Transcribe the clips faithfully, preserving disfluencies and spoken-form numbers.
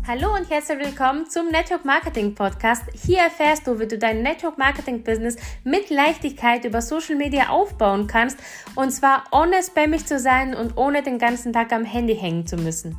Hallo und herzlich willkommen zum Network Marketing Podcast. Hier erfährst du, wie du dein Network Marketing Business mit Leichtigkeit über Social Media aufbauen kannst, und zwar ohne spammig zu sein und ohne den ganzen Tag am Handy hängen zu müssen.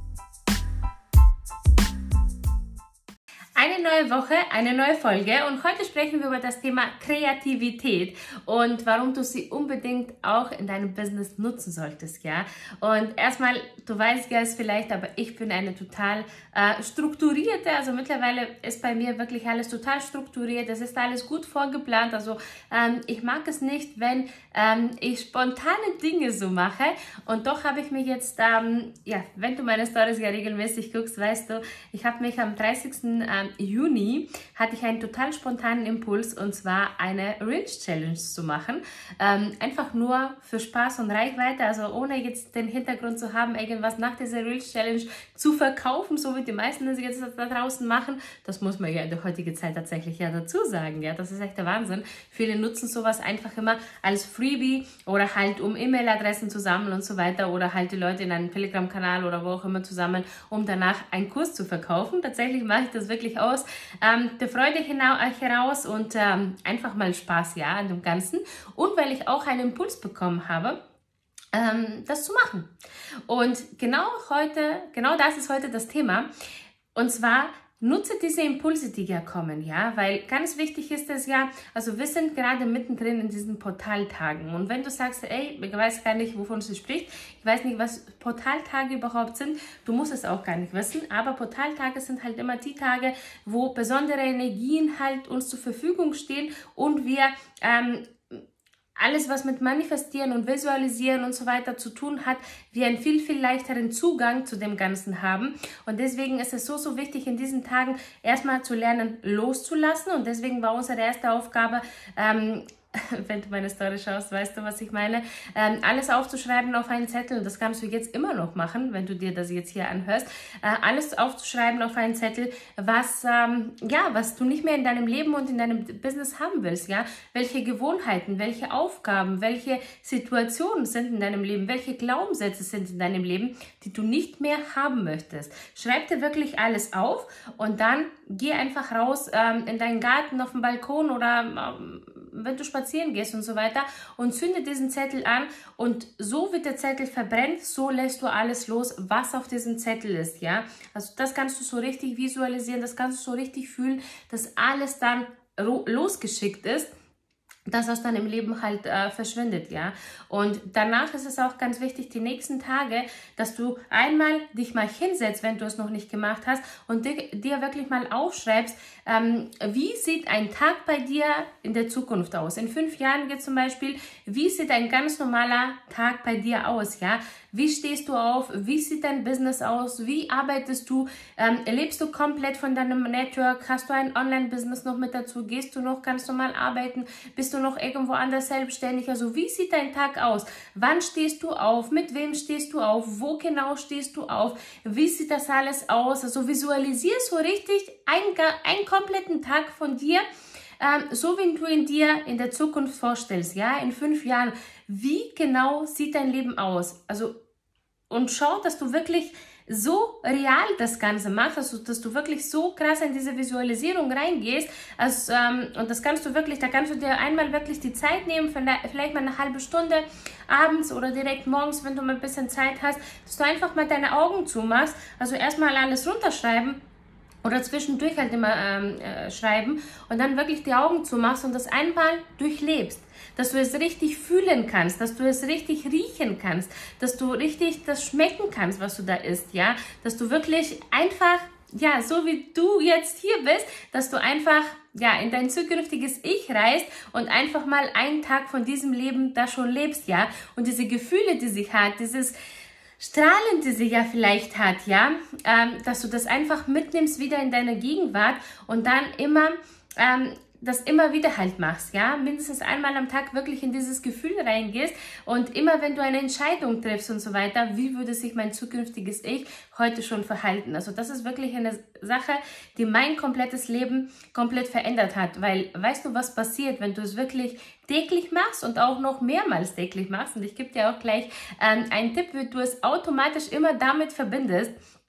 Eine neue Woche, eine neue Folge, und heute sprechen wir über das Thema Kreativität und warum du sie unbedingt auch in deinem Business nutzen solltest, ja. Und erstmal, du weißt ja es vielleicht, aber ich bin eine total äh, strukturierte, also mittlerweile ist bei mir wirklich alles total strukturiert, es ist alles gut vorgeplant, also ähm, ich mag es nicht, wenn ähm, ich spontane Dinge so mache, und doch habe ich mich jetzt, ähm, ja, wenn du meine Stories ja regelmäßig guckst, weißt du, ich habe mich am dreißigsten Juni hatte ich einen total spontanen Impuls, und zwar eine Reels Challenge zu machen. Ähm, einfach nur für Spaß und Reichweite, also ohne jetzt den Hintergrund zu haben, irgendwas nach dieser Reels Challenge zu verkaufen, so wie die meisten das jetzt da draußen machen. Das muss man ja in der heutigen Zeit tatsächlich ja dazu sagen. Ja, das ist echt der Wahnsinn. Viele nutzen sowas einfach immer als Freebie oder halt um E-Mail-Adressen zu sammeln und so weiter, oder halt die Leute in einem Telegram-Kanal oder wo auch immer zu sammeln, um danach einen Kurs zu verkaufen. Tatsächlich mache ich das wirklich aus ähm, der Freude heraus und ähm, einfach mal Spaß, ja, an dem Ganzen, und weil ich auch einen Impuls bekommen habe, ähm, das zu machen. Und genau heute, genau das ist heute das Thema, und zwar nutze diese Impulse, die ja kommen, ja, weil ganz wichtig ist es ja, also wir sind gerade mittendrin in diesen Portaltagen, und wenn du sagst, ey, ich weiß gar nicht, wovon sie spricht, ich weiß nicht, was Portaltage überhaupt sind, du musst es auch gar nicht wissen, aber Portaltage sind halt immer die Tage, wo besondere Energien halt uns zur Verfügung stehen und wir ähm, alles, was mit Manifestieren und Visualisieren und so weiter zu tun hat, wir einen viel, viel leichteren Zugang zu dem Ganzen haben. Und deswegen ist es so, so wichtig, in diesen Tagen erstmal zu lernen, loszulassen. Und deswegen war unsere erste Aufgabe, ähm, wenn du meine Story schaust, weißt du, was ich meine, ähm, alles aufzuschreiben auf einen Zettel. Und das kannst du jetzt immer noch machen, wenn du dir das jetzt hier anhörst. Äh, alles aufzuschreiben auf einen Zettel, was, ähm, ja, was du nicht mehr in deinem Leben und in deinem Business haben willst, ja. Welche Gewohnheiten, welche Aufgaben, welche Situationen sind in deinem Leben, welche Glaubenssätze sind in deinem Leben, die du nicht mehr haben möchtest. Schreib dir wirklich alles auf, und dann geh einfach raus ähm, in deinen Garten, auf den Balkon oder ähm, wenn du spazieren gehst und so weiter, und zünde diesen Zettel an, und so wird der Zettel verbrennt, so lässt du alles los, was auf diesem Zettel ist, ja. Also das kannst du so richtig visualisieren, das kannst du so richtig fühlen, dass alles dann losgeschickt ist, das aus deinem Leben halt äh, verschwindet, ja. Und danach ist es auch ganz wichtig, die nächsten Tage, dass du einmal dich mal hinsetzt, wenn du es noch nicht gemacht hast, und dir, dir wirklich mal aufschreibst, ähm, wie sieht ein Tag bei dir in der Zukunft aus? In fünf Jahren jetzt zum Beispiel, wie sieht ein ganz normaler Tag bei dir aus, ja? Wie stehst du auf? Wie sieht dein Business aus? Wie arbeitest du? Ähm, lebst du komplett von deinem Network? Hast du ein Online-Business noch mit dazu? Gehst du noch ganz normal arbeiten? Bist du noch irgendwo anders selbstständig? Also wie sieht dein Tag aus? Wann stehst du auf? Mit wem stehst du auf? Wo genau stehst du auf? Wie sieht das alles aus? Also visualisier so richtig einen, einen kompletten Tag von dir, ähm, so wie du ihn dir in der Zukunft vorstellst, ja, in fünf Jahren. Wie genau sieht dein Leben aus? Also, und schau, dass du wirklich so real das Ganze machst, also, dass du wirklich so krass in diese Visualisierung reingehst, also, ähm, und das kannst du wirklich, da kannst du dir einmal wirklich die Zeit nehmen, vielleicht mal eine halbe Stunde abends oder direkt morgens, wenn du mal ein bisschen Zeit hast, dass du einfach mal deine Augen zumachst, also erstmal alles runterschreiben, oder zwischendurch halt immer ähm, äh, schreiben, und dann wirklich die Augen zumachst und das einmal durchlebst. Dass du es richtig fühlen kannst, dass du es richtig riechen kannst, dass du richtig das schmecken kannst, was du da isst, ja. Dass du wirklich einfach, ja, so wie du jetzt hier bist, dass du einfach, ja, in dein zukünftiges Ich reist und einfach mal einen Tag von diesem Leben da schon lebst, ja. Und diese Gefühle, die sie hat, dieses Strahlen, die sie ja vielleicht hat, ja, ähm, dass du das einfach mitnimmst wieder in deine Gegenwart und dann immer, ähm, das immer wieder halt machst, ja, mindestens einmal am Tag wirklich in dieses Gefühl reingehst, und immer wenn du eine Entscheidung triffst und so weiter, wie würde sich mein zukünftiges Ich heute schon verhalten? Also das ist wirklich eine Sache, die mein komplettes Leben komplett verändert hat, weil weißt du, was passiert, wenn du es wirklich täglich machst und auch noch mehrmals täglich machst, und ich gebe dir auch gleich ähm, einen Tipp, wie du es automatisch immer damit verbindest.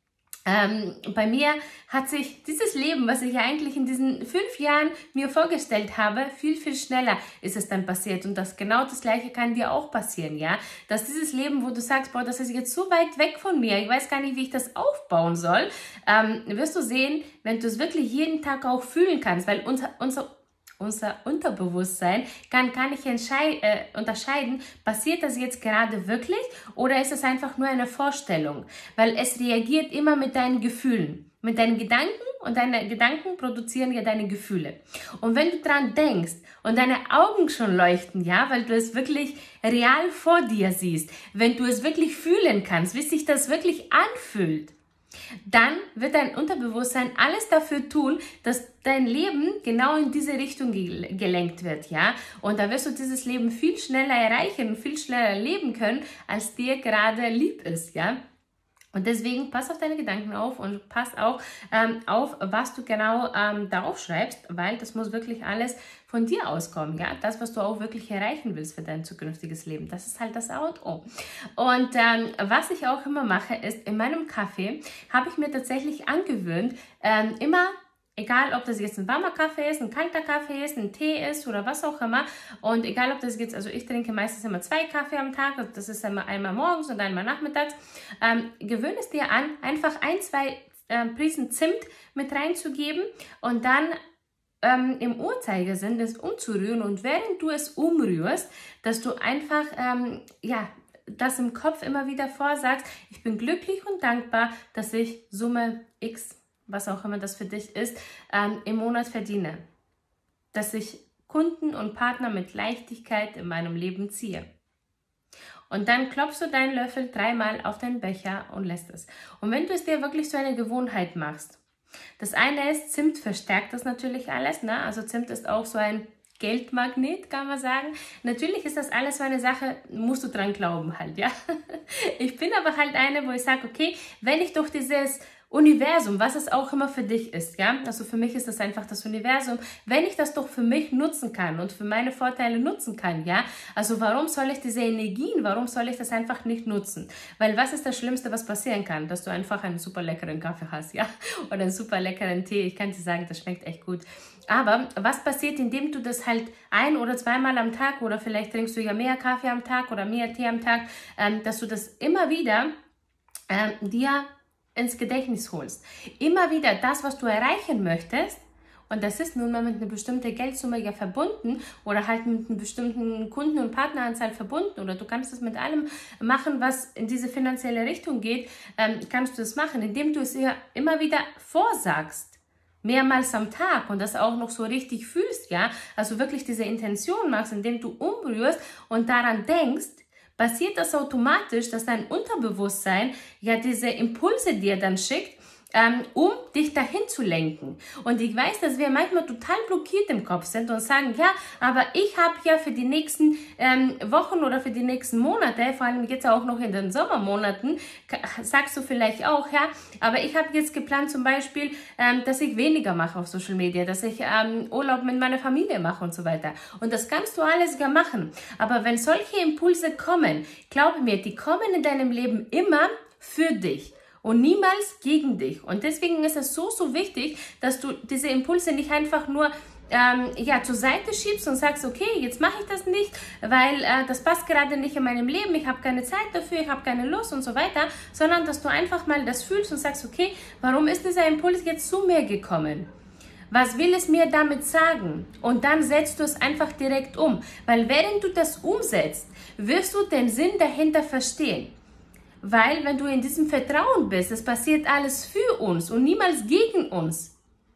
Ähm, bei mir hat sich dieses Leben, was ich eigentlich in diesen fünf Jahren mir vorgestellt habe, viel, viel schneller ist es dann passiert. Und das genau das Gleiche kann dir auch passieren, ja. Dass dieses Leben, wo du sagst, boah, das ist jetzt so weit weg von mir, ich weiß gar nicht, wie ich das aufbauen soll, ähm, wirst du sehen, wenn du es wirklich jeden Tag auch fühlen kannst, weil unser, unser Unser Unterbewusstsein kann gar nicht äh, unterscheiden, passiert das jetzt gerade wirklich oder ist es einfach nur eine Vorstellung? Weil es reagiert immer mit deinen Gefühlen, mit deinen Gedanken und deine Gedanken produzieren ja deine Gefühle. Und wenn du dran denkst und deine Augen schon leuchten, ja, weil du es wirklich real vor dir siehst, wenn du es wirklich fühlen kannst, wie sich das wirklich anfühlt, dann wird dein Unterbewusstsein alles dafür tun, dass dein Leben genau in diese Richtung gelenkt wird, ja. Und da wirst du dieses Leben viel schneller erreichen und viel schneller leben können, als dir gerade lieb ist, ja. Und deswegen pass auf deine Gedanken auf und pass auch ähm, auf, was du genau ähm, darauf schreibst, weil das muss wirklich alles von dir auskommen, ja, das, was du auch wirklich erreichen willst für dein zukünftiges Leben, das ist halt das A und O. Und ähm, was ich auch immer mache, ist, in meinem Kaffee habe ich mir tatsächlich angewöhnt, ähm, immer, egal ob das jetzt ein warmer Kaffee ist, ein kalter Kaffee ist, ein Tee ist oder was auch immer, und egal ob das jetzt, also ich trinke meistens immer zwei Kaffee am Tag, also das ist einmal, einmal morgens und einmal nachmittags, ähm, gewöhne es dir an, einfach ein, zwei äh, Prisen Zimt mit reinzugeben und dann ähm, im Uhrzeigersinn das umzurühren, und während du es umrührst, dass du einfach, ähm, ja, das im Kopf immer wieder vorsagst, ich bin glücklich und dankbar, dass ich Summe X, was auch immer das für dich ist, ähm, im Monat verdiene. Dass ich Kunden und Partner mit Leichtigkeit in meinem Leben ziehe. Und dann klopfst du deinen Löffel dreimal auf deinen Becher und lässt es. Und wenn du es dir wirklich so eine Gewohnheit machst, das eine ist, Zimt verstärkt das natürlich alles, ne? Also Zimt ist auch so ein Geldmagnet, kann man sagen. Natürlich ist das alles so eine Sache, musst du dran glauben halt, ja. Ich bin aber halt eine, wo ich sage, okay, wenn ich durch dieses Universum, was es auch immer für dich ist, ja, also für mich ist das einfach das Universum, wenn ich das doch für mich nutzen kann und für meine Vorteile nutzen kann, ja, also warum soll ich diese Energien, warum soll ich das einfach nicht nutzen? Weil was ist das Schlimmste, was passieren kann? Dass du einfach einen super leckeren Kaffee hast, ja, oder einen super leckeren Tee, ich kann dir sagen, das schmeckt echt gut. Aber was passiert, indem du das halt ein- oder zweimal am Tag, oder vielleicht trinkst du ja mehr Kaffee am Tag oder mehr Tee am Tag, ähm, dass du das immer wieder ähm, dir ins Gedächtnis holst. Immer wieder das, was du erreichen möchtest, und das ist nun mal mit einer bestimmten Geldsumme ja verbunden oder halt mit einer bestimmten Kunden- und Partneranzahl verbunden, oder du kannst es mit allem machen, was in diese finanzielle Richtung geht, ähm, kannst du es machen, indem du es ja immer wieder vorsagst. Mehrmals am Tag und das auch noch so richtig fühlst, ja, also wirklich diese Intention machst, indem du umrührst und daran denkst, passiert das automatisch, dass dein Unterbewusstsein ja diese Impulse dir dann schickt, ähm, um dich dahin zu lenken. Und ich weiß, dass wir manchmal total blockiert im Kopf sind und sagen, ja, aber ich habe ja für die nächsten ähm, Wochen oder für die nächsten Monate, vor allem jetzt auch noch in den Sommermonaten, sagst du vielleicht auch, ja, aber ich habe jetzt geplant zum Beispiel, ähm, dass ich weniger mache auf Social Media, dass ich ähm, Urlaub mit meiner Familie mache und so weiter. Und das kannst du alles gar machen. Aber wenn solche Impulse kommen, glaube mir, die kommen in deinem Leben immer für dich und niemals gegen dich. Und deswegen ist es so, so wichtig, dass du diese Impulse nicht einfach nur ähm, ja, zur Seite schiebst und sagst, okay, jetzt mache ich das nicht, weil äh, das passt gerade nicht in meinem Leben, ich habe keine Zeit dafür, ich habe keine Lust und so weiter, sondern dass du einfach mal das fühlst und sagst, okay, warum ist dieser Impuls jetzt zu mir gekommen? Was will es mir damit sagen? Und dann setzt du es einfach direkt um, weil während du das umsetzt, wirst du den Sinn dahinter verstehen. Weil wenn du in diesem Vertrauen bist, es passiert alles für uns und niemals gegen uns,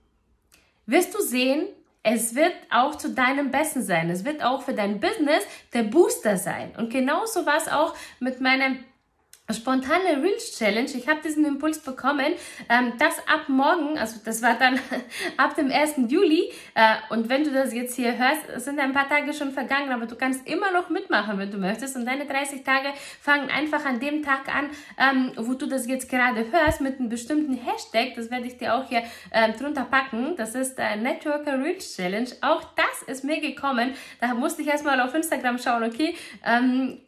wirst du sehen, es wird auch zu deinem Besten sein. Es wird auch für dein Business der Booster sein. Und genauso war es auch mit meinem spontane Reels Challenge. Ich habe diesen Impuls bekommen, ähm, dass ab morgen, also das war dann ab dem ersten Juli, äh, und wenn du das jetzt hier hörst, sind ein paar Tage schon vergangen, aber du kannst immer noch mitmachen, wenn du möchtest, und deine dreißig Tage fangen einfach an dem Tag an, ähm, wo du das jetzt gerade hörst, mit einem bestimmten Hashtag, das werde ich dir auch hier äh, drunter packen, das ist äh, Networker Reels Challenge. Auch das ist mir gekommen, da musste ich erstmal auf Instagram schauen, okay, ähm,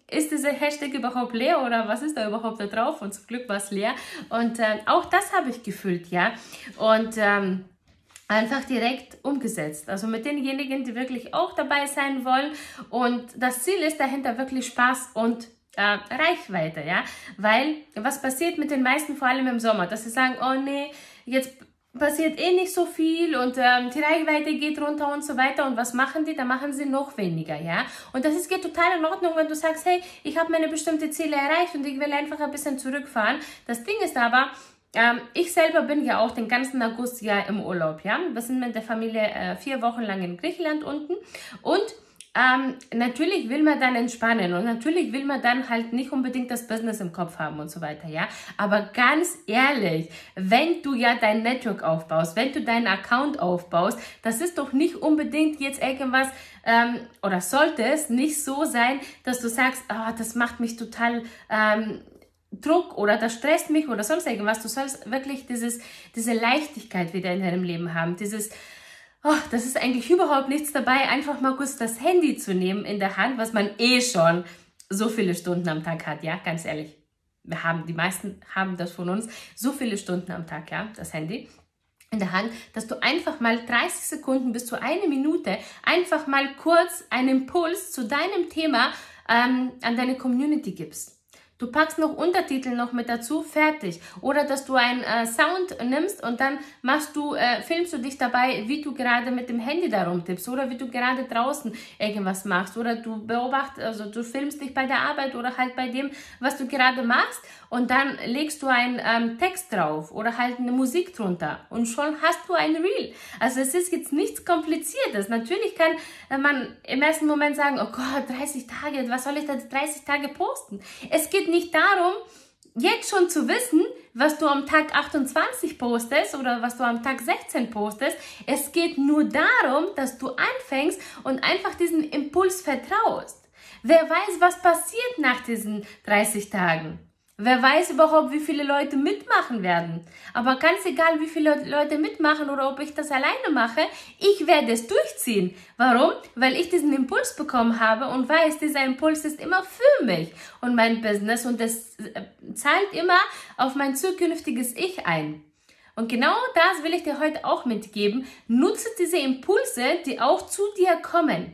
ist dieser Hashtag überhaupt leer oder was ist da überhaupt da drauf? Und zum Glück war es leer. Und äh, auch das habe ich gefüllt, ja. Und ähm, einfach direkt umgesetzt. Also mit denjenigen, die wirklich auch dabei sein wollen. Und das Ziel ist dahinter wirklich Spaß und äh, Reichweite, ja. Weil, was passiert mit den meisten, vor allem im Sommer, dass sie sagen, oh nee, jetzt passiert eh nicht so viel und ähm, die Reichweite geht runter und so weiter. Und was machen die? Da machen sie noch weniger, ja. Und das ist geht total in Ordnung, wenn du sagst, hey, ich habe meine bestimmte Ziele erreicht und ich will einfach ein bisschen zurückfahren. Das Ding ist aber, ähm, ich selber bin ja auch den ganzen August ja im Urlaub, ja. Wir sind mit der Familie äh, vier Wochen lang in Griechenland unten und Ähm, natürlich will man dann entspannen und natürlich will man dann halt nicht unbedingt das Business im Kopf haben und so weiter, ja. Aber ganz ehrlich, wenn du ja dein Network aufbaust, wenn du deinen Account aufbaust, das ist doch nicht unbedingt jetzt irgendwas, ähm, oder sollte es nicht so sein, dass du sagst, oh, das macht mich total ähm, Druck oder das stresst mich oder sonst irgendwas. Du sollst wirklich dieses, diese Leichtigkeit wieder in deinem Leben haben, dieses Oh, das ist eigentlich überhaupt nichts dabei, einfach mal kurz das Handy zu nehmen in der Hand, was man eh schon so viele Stunden am Tag hat, ja, ganz ehrlich. Wir haben, die meisten haben das von uns, so viele Stunden am Tag, ja, das Handy in der Hand, dass du einfach mal dreißig Sekunden bis zu eine Minute einfach mal kurz einen Impuls zu deinem Thema ähm, an deine Community gibst. Du packst noch Untertitel noch mit dazu, fertig. Oder dass du einen äh, Sound nimmst und dann machst du, äh, filmst du dich dabei, wie du gerade mit dem Handy da rumtippst oder wie du gerade draußen irgendwas machst. Oder du beobachtest, also du filmst dich bei der Arbeit oder halt bei dem, was du gerade machst und dann legst du einen ähm, Text drauf oder halt eine Musik drunter und schon hast du ein Reel. Also es ist jetzt nichts Kompliziertes. Natürlich kann äh, man im ersten Moment sagen, oh Gott, dreißig Tage, was soll ich da dreißig Tage posten? Es geht nicht darum, jetzt schon zu wissen, was du am Tag achtundzwanzig postest oder was du am Tag sechzehn postest. Es geht nur darum, dass du anfängst und einfach diesen Impuls vertraust. Wer weiß, was passiert nach diesen dreißig Tagen? Wer weiß überhaupt, wie viele Leute mitmachen werden. Aber ganz egal, wie viele Leute mitmachen oder ob ich das alleine mache, ich werde es durchziehen. Warum? Weil ich diesen Impuls bekommen habe und weiß, dieser Impuls ist immer für mich und mein Business und das zahlt immer auf mein zukünftiges Ich ein. Und genau das will ich dir heute auch mitgeben. Nutze diese Impulse, die auch zu dir kommen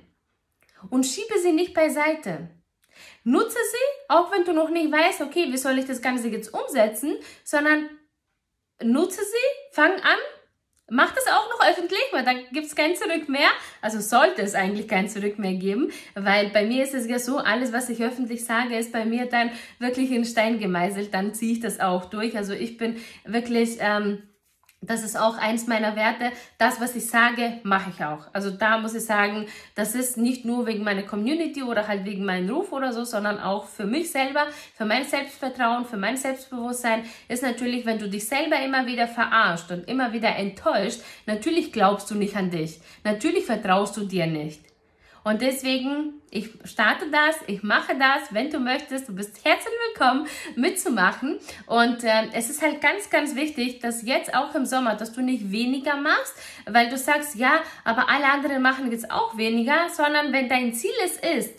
und schiebe sie nicht beiseite. Nutze sie, auch wenn du noch nicht weißt, okay, wie soll ich das Ganze jetzt umsetzen, sondern nutze sie, fang an, mach das auch noch öffentlich, weil da gibt es kein Zurück mehr. Also sollte es eigentlich kein Zurück mehr geben, weil bei mir ist es ja so, alles, was ich öffentlich sage, ist bei mir dann wirklich in Stein gemeißelt, dann ziehe ich das auch durch. Also ich bin wirklich... Ähm, Das ist auch eins meiner Werte. Das, was ich sage, mache ich auch. Also da muss ich sagen, das ist nicht nur wegen meiner Community oder halt wegen meinem Ruf oder so, sondern auch für mich selber, für mein Selbstvertrauen, für mein Selbstbewusstsein ist natürlich, wenn du dich selber immer wieder verarscht und immer wieder enttäuscht, natürlich glaubst du nicht an dich. Natürlich vertraust du dir nicht. Und deswegen, ich starte das, ich mache das, wenn du möchtest, du bist herzlich willkommen mitzumachen. Und äh, es ist halt ganz, ganz wichtig, dass jetzt auch im Sommer, dass du nicht weniger machst, weil du sagst, ja, aber alle anderen machen jetzt auch weniger, sondern wenn dein Ziel es ist,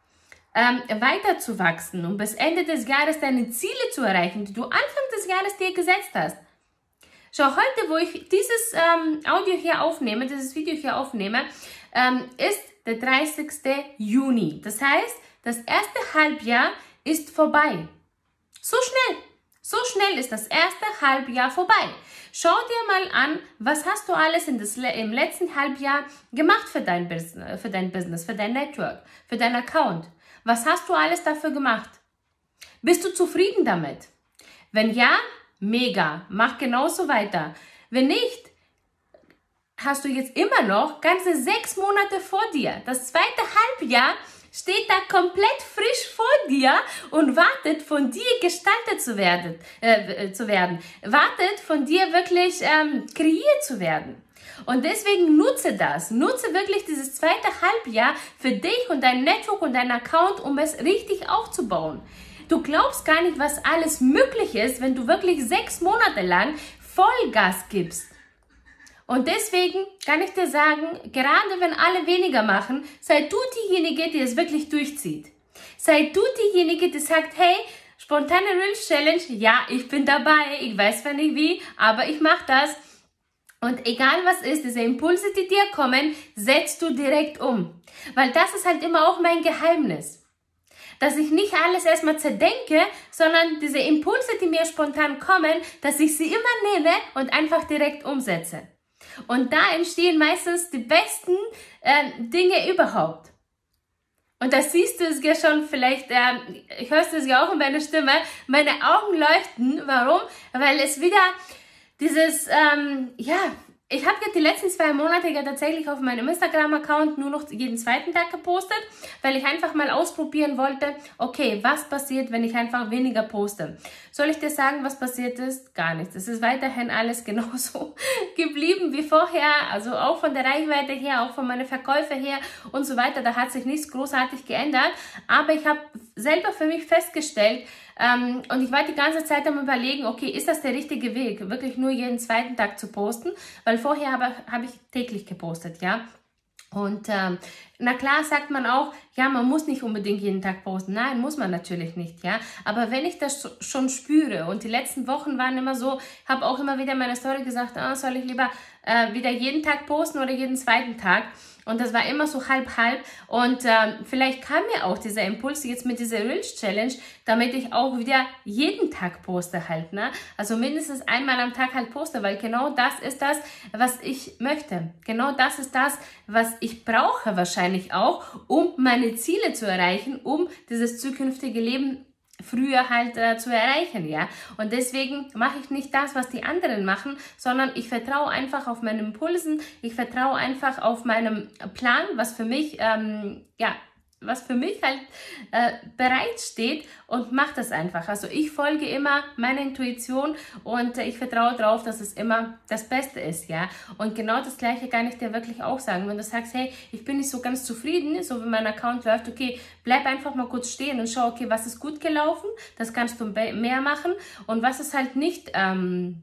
ähm, weiter zu wachsen und bis Ende des Jahres deine Ziele zu erreichen, die du Anfang des Jahres dir gesetzt hast. Schau, heute, wo ich dieses ähm, Audio hier aufnehme, dieses Video hier aufnehme, ähm, ist der dreißigste Juni. Das heißt, das erste Halbjahr ist vorbei. So schnell, so schnell ist das erste Halbjahr vorbei. Schau dir mal an, was hast du alles in das, im letzten Halbjahr gemacht für dein Business, für dein Business, für dein Network, für dein Account. Was hast du alles dafür gemacht? Bist du zufrieden damit? Wenn ja, mega, mach genauso weiter. Wenn nicht, hast du jetzt immer noch ganze sechs Monate vor dir. Das zweite Halbjahr steht da komplett frisch vor dir und wartet, von dir gestaltet zu werden. Äh, zu werden. Wartet, von dir wirklich ähm, kreiert zu werden. Und deswegen nutze das. Nutze wirklich dieses zweite Halbjahr für dich und dein Network und dein Account, um es richtig aufzubauen. Du glaubst gar nicht, was alles möglich ist, wenn du wirklich sechs Monate lang Vollgas gibst. Und deswegen kann ich dir sagen, gerade wenn alle weniger machen, sei du diejenige, die es wirklich durchzieht. Sei du diejenige, die sagt, hey, spontane Reels Challenge, ja, ich bin dabei, ich weiß zwar nicht wie, aber ich mache das. Und egal was ist, diese Impulse, die dir kommen, setzt du direkt um. Weil das ist halt immer auch mein Geheimnis. Dass ich nicht alles erstmal zerdenke, sondern diese Impulse, die mir spontan kommen, dass ich sie immer nehme und einfach direkt umsetze. Und da entstehen meistens die besten äh, Dinge überhaupt. Und da siehst du es ja schon, vielleicht äh, hörst du es ja auch in meiner Stimme, meine Augen leuchten. Warum? Weil es wieder dieses, ähm, ja, ich habe ja die letzten zwei Monate ja tatsächlich auf meinem Instagram-Account nur noch jeden zweiten Tag gepostet, weil ich einfach mal ausprobieren wollte, okay, was passiert, wenn ich einfach weniger poste? Soll ich dir sagen, was passiert ist? Gar nichts. Es ist weiterhin alles genauso geblieben wie vorher, also auch von der Reichweite her, auch von meinen Verkäufen her und so weiter. Da hat sich nichts großartig geändert, aber ich habe selber für mich festgestellt, ähm, und ich war die ganze Zeit am Überlegen, okay, ist das der richtige Weg, wirklich nur jeden zweiten Tag zu posten, weil vorher habe, habe ich täglich gepostet, ja. Und ähm, na klar sagt man auch, ja, man muss nicht unbedingt jeden Tag posten. Nein, muss man natürlich nicht, ja. Aber wenn ich das schon spüre und die letzten Wochen waren immer so, habe auch immer wieder in meiner Story gesagt, oh, soll ich lieber äh, wieder jeden Tag posten oder jeden zweiten Tag? Und das war immer so halb, halb. Und äh, vielleicht kam mir auch dieser Impuls jetzt mit dieser Reels Challenge, damit ich auch wieder jeden Tag poste halt, ne? Also mindestens einmal am Tag halt poste, weil genau das ist das, was ich möchte. Genau das ist das, was ich brauche wahrscheinlich auch, um meine Ziele zu erreichen, um dieses zukünftige Leben früher halt äh, zu erreichen, ja. Und deswegen mache ich nicht das, was die anderen machen, sondern ich vertraue einfach auf meine Impulsen, ich vertraue einfach auf meinem Plan, was für mich, ähm, ja, was für mich halt äh, bereitsteht und mache das einfach. Also ich folge immer meiner Intuition und äh, ich vertraue darauf, dass es immer das Beste ist, ja. Und genau das Gleiche kann ich dir wirklich auch sagen. Wenn du sagst, hey, ich bin nicht so ganz zufrieden, so wie mein Account läuft, okay, bleib einfach mal kurz stehen und schau, okay, was ist gut gelaufen, das kannst du mehr machen und was ist halt nicht, ähm,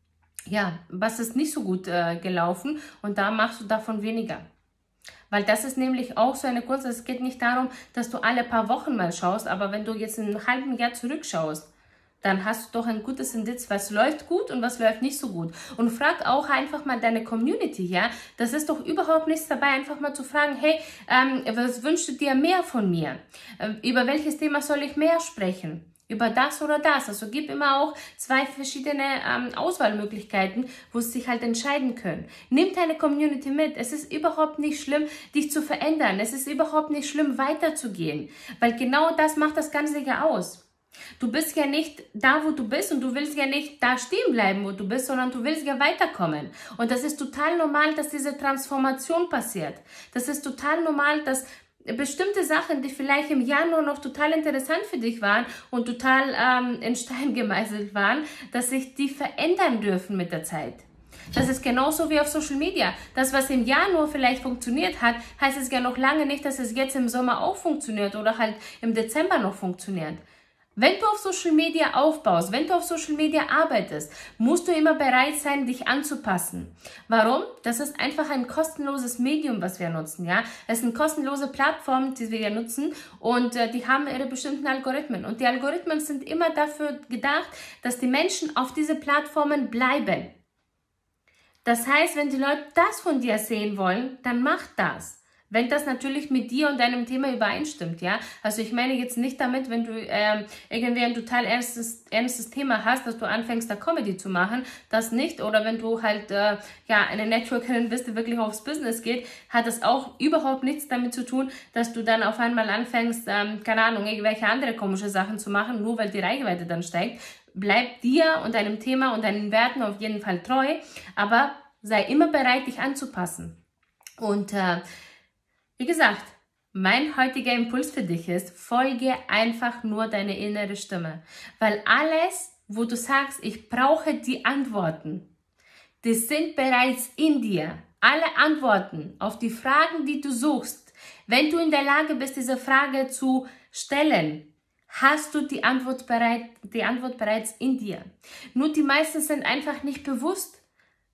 ja, was ist nicht so gut äh, gelaufen und da machst du davon weniger. Weil das ist nämlich auch so eine Kunst, es geht nicht darum, dass du alle paar Wochen mal schaust, aber wenn du jetzt in einem halben Jahr zurückschaust, dann hast du doch ein gutes Indiz, was läuft gut und was läuft nicht so gut. Und frag auch einfach mal deine Community, ja, das ist doch überhaupt nichts dabei, einfach mal zu fragen, hey, ähm, was wünschst du dir mehr von mir? Ähm, über welches Thema soll ich mehr sprechen? Über das oder das. Also gib immer auch zwei verschiedene ähm, Auswahlmöglichkeiten, wo sie sich halt entscheiden können. Nimm deine Community mit. Es ist überhaupt nicht schlimm, dich zu verändern. Es ist überhaupt nicht schlimm, weiterzugehen. Weil genau das macht das Ganze ja aus. Du bist ja nicht da, wo du bist und du willst ja nicht da stehen bleiben, wo du bist, sondern du willst ja weiterkommen. Und das ist total normal, dass diese Transformation passiert. Das ist total normal, dass bestimmte Sachen, die vielleicht im Januar noch total interessant für dich waren und total ähm, in Stein gemeißelt waren, dass sich die verändern dürfen mit der Zeit. Das ist genauso wie auf Social Media. Das, was im Januar vielleicht funktioniert hat, heißt es ja noch lange nicht, dass es jetzt im Sommer auch funktioniert oder halt im Dezember noch funktioniert. Wenn du auf Social Media aufbaust, wenn du auf Social Media arbeitest, musst du immer bereit sein, dich anzupassen. Warum? Das ist einfach ein kostenloses Medium, was wir nutzen, ja. Es sind kostenlose Plattformen, die wir ja nutzen und äh, die haben ihre bestimmten Algorithmen. Und die Algorithmen sind immer dafür gedacht, dass die Menschen auf diese Plattformen bleiben. Das heißt, wenn die Leute das von dir sehen wollen, dann mach das. Wenn das natürlich mit dir und deinem Thema übereinstimmt, ja. Also ich meine jetzt nicht damit, wenn du ähm, irgendwie ein total ernstes, ernstes Thema hast, dass du anfängst, da Comedy zu machen, das nicht. Oder wenn du halt äh, ja eine Networkerin bist, die wirklich aufs Business geht, hat das auch überhaupt nichts damit zu tun, dass du dann auf einmal anfängst, ähm, keine Ahnung, irgendwelche andere komische Sachen zu machen, nur weil die Reichweite dann steigt. Bleib dir und deinem Thema und deinen Werten auf jeden Fall treu, aber sei immer bereit, dich anzupassen. Und äh, wie gesagt, mein heutiger Impuls für dich ist, folge einfach nur deine innere Stimme. Weil alles, wo du sagst, ich brauche die Antworten, die sind bereits in dir. Alle Antworten auf die Fragen, die du suchst, wenn du in der Lage bist, diese Frage zu stellen, hast du die Antwort, bereit, die Antwort bereits in dir. Nur die meisten sind einfach nicht bewusst,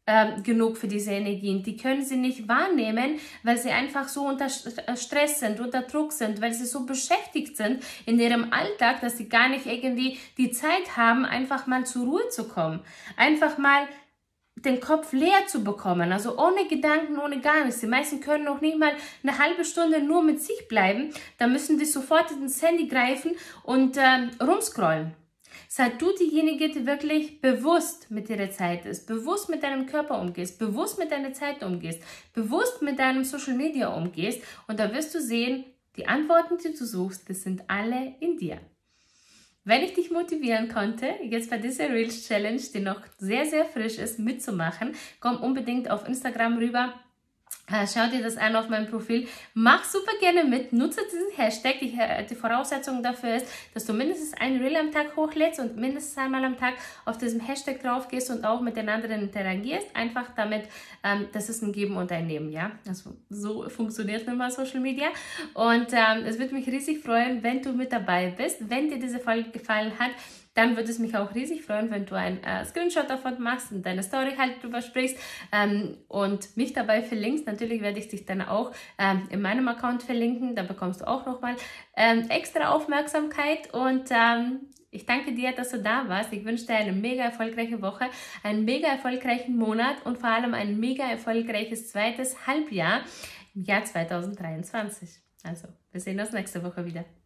äh, genug für diese Energien. Die können sie nicht wahrnehmen, weil sie einfach so unter Stress sind, unter Druck sind, weil sie so beschäftigt sind in ihrem Alltag, dass sie gar nicht irgendwie die Zeit haben, einfach mal zur Ruhe zu kommen. Einfach mal den Kopf leer zu bekommen, also ohne Gedanken, ohne gar nichts. Die meisten können noch nicht mal eine halbe Stunde nur mit sich bleiben, da müssen die sofort ins Handy greifen und äh, rumscrollen. Sei du diejenige, die wirklich bewusst mit ihrer Zeit ist, bewusst mit deinem Körper umgehst, bewusst mit deiner Zeit umgehst, bewusst mit deinem Social Media umgehst und da wirst du sehen, die Antworten, die du suchst, das sind alle in dir. Wenn ich dich motivieren konnte, jetzt bei dieser Reels Challenge, die noch sehr, sehr frisch ist, mitzumachen, komm unbedingt auf Instagram rüber. Schau dir das an auf meinem Profil. Mach super gerne mit. Nutze diesen Hashtag. Die, die Voraussetzung dafür ist, dass du mindestens ein Reel am Tag hochlädst und mindestens einmal am Tag auf diesem Hashtag drauf gehst und auch mit den anderen interagierst. Einfach damit, ähm, das ist ein Geben und ein Nehmen, ja. Also so funktioniert nun mal Social Media. Und ähm, es würde mich riesig freuen, wenn du mit dabei bist. Wenn dir diese Folge gefallen hat, dann würde es mich auch riesig freuen, wenn du ein äh, Screenshot davon machst und deine Story halt drüber sprichst ähm, und mich dabei verlinkst. Natürlich werde ich dich dann auch ähm, in meinem Account verlinken. Da bekommst du auch nochmal ähm, extra Aufmerksamkeit und ähm, ich danke dir, dass du da warst. Ich wünsche dir eine mega erfolgreiche Woche, einen mega erfolgreichen Monat und vor allem ein mega erfolgreiches zweites Halbjahr im Jahr zweitausenddreiundzwanzig. Also, wir sehen uns nächste Woche wieder.